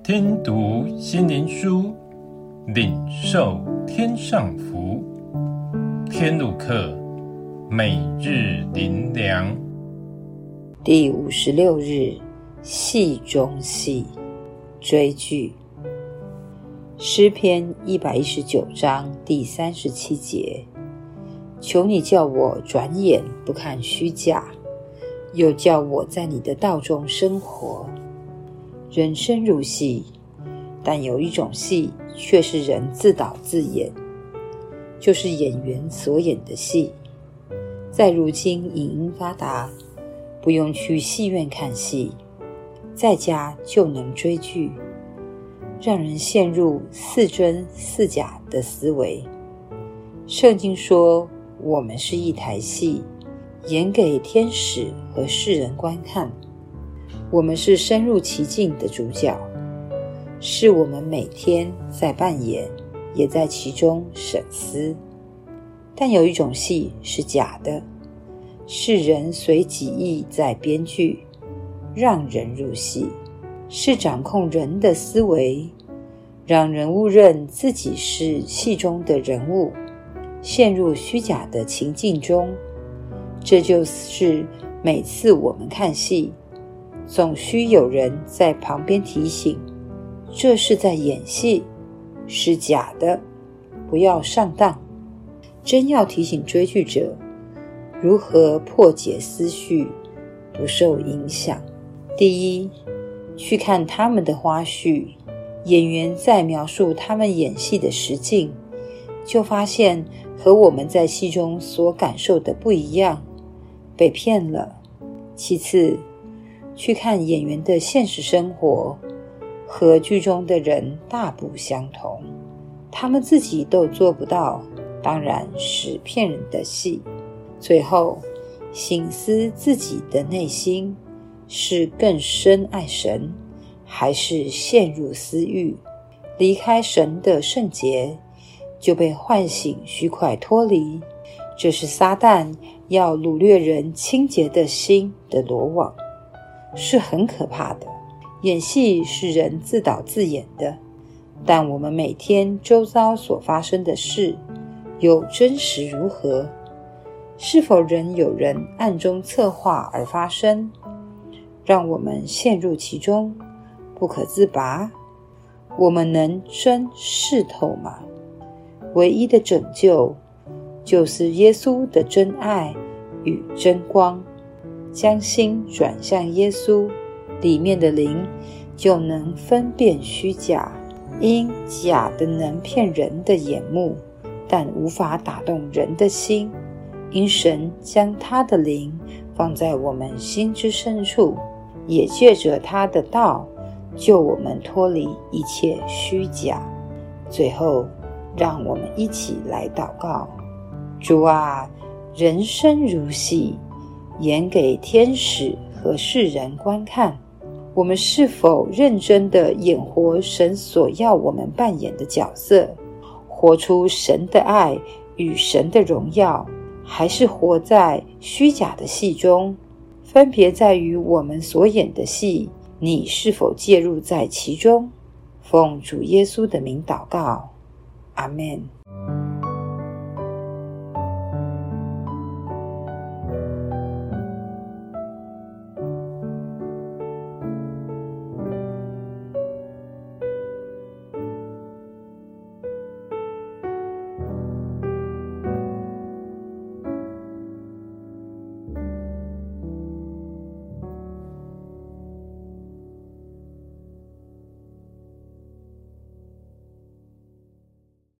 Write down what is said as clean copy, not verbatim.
听读心灵书，领受天上福。天路客，每日灵粮。 第56日，戏中戏，追剧。诗篇119章第37节，求你叫我转眼不看虚假，又叫我在你的道中生活。人生如戏，但有一种戏却是人自导自演，就是演员所演的戏。在如今影音发达，不用去戏院看戏，在家就能追剧，让人陷入似真似假的思维。圣经说，我们是一台戏，演给天使和世人观看。我们是深入其境的主角，是我们每天在扮演，也在其中审思。但有一种戏是假的，是人随己意在编剧，让人入戏，是掌控人的思维，让人误认自己是戏中的人物，陷入虚假的情境中。这就是每次我们看戏，总需有人在旁边提醒，这是在演戏，是假的，不要上当。真要提醒追剧者如何破解思绪，不受影响。第一，去看他们的花絮，演员在描述他们演戏的实境，就发现和我们在戏中所感受的不一样，被骗了。其次，去看演员的现实生活，和剧中的人大不相同，他们自己都做不到，当然是骗人的戏。最后，省思自己的内心，是更深爱神，还是陷入私欲，离开神的圣洁，就被唤醒须快脱离。这是撒旦要掳掠人清洁的心的罗网，是很可怕的。演戏是人自导自演的，但我们每天周遭所发生的事，有真实如何？是否仍有人暗中策划而发生，让我们陷入其中，不可自拔？我们能真视透吗？唯一的拯救，就是耶稣的真爱与真光。将心转向耶稣，里面的灵就能分辨虚假。因假的能骗人的眼目，但无法打动人的心。因神将他的灵放在我们心之深处，也借着他的道救我们脱离一切虚假。最后，让我们一起来祷告。主啊，人生如戏，演给天使和世人观看，我们是否认真地演活神所要我们扮演的角色，活出神的爱与神的荣耀，还是活在虚假的戏中？分别在于我们所演的戏，你是否介入在其中？奉主耶稣的名祷告，阿们。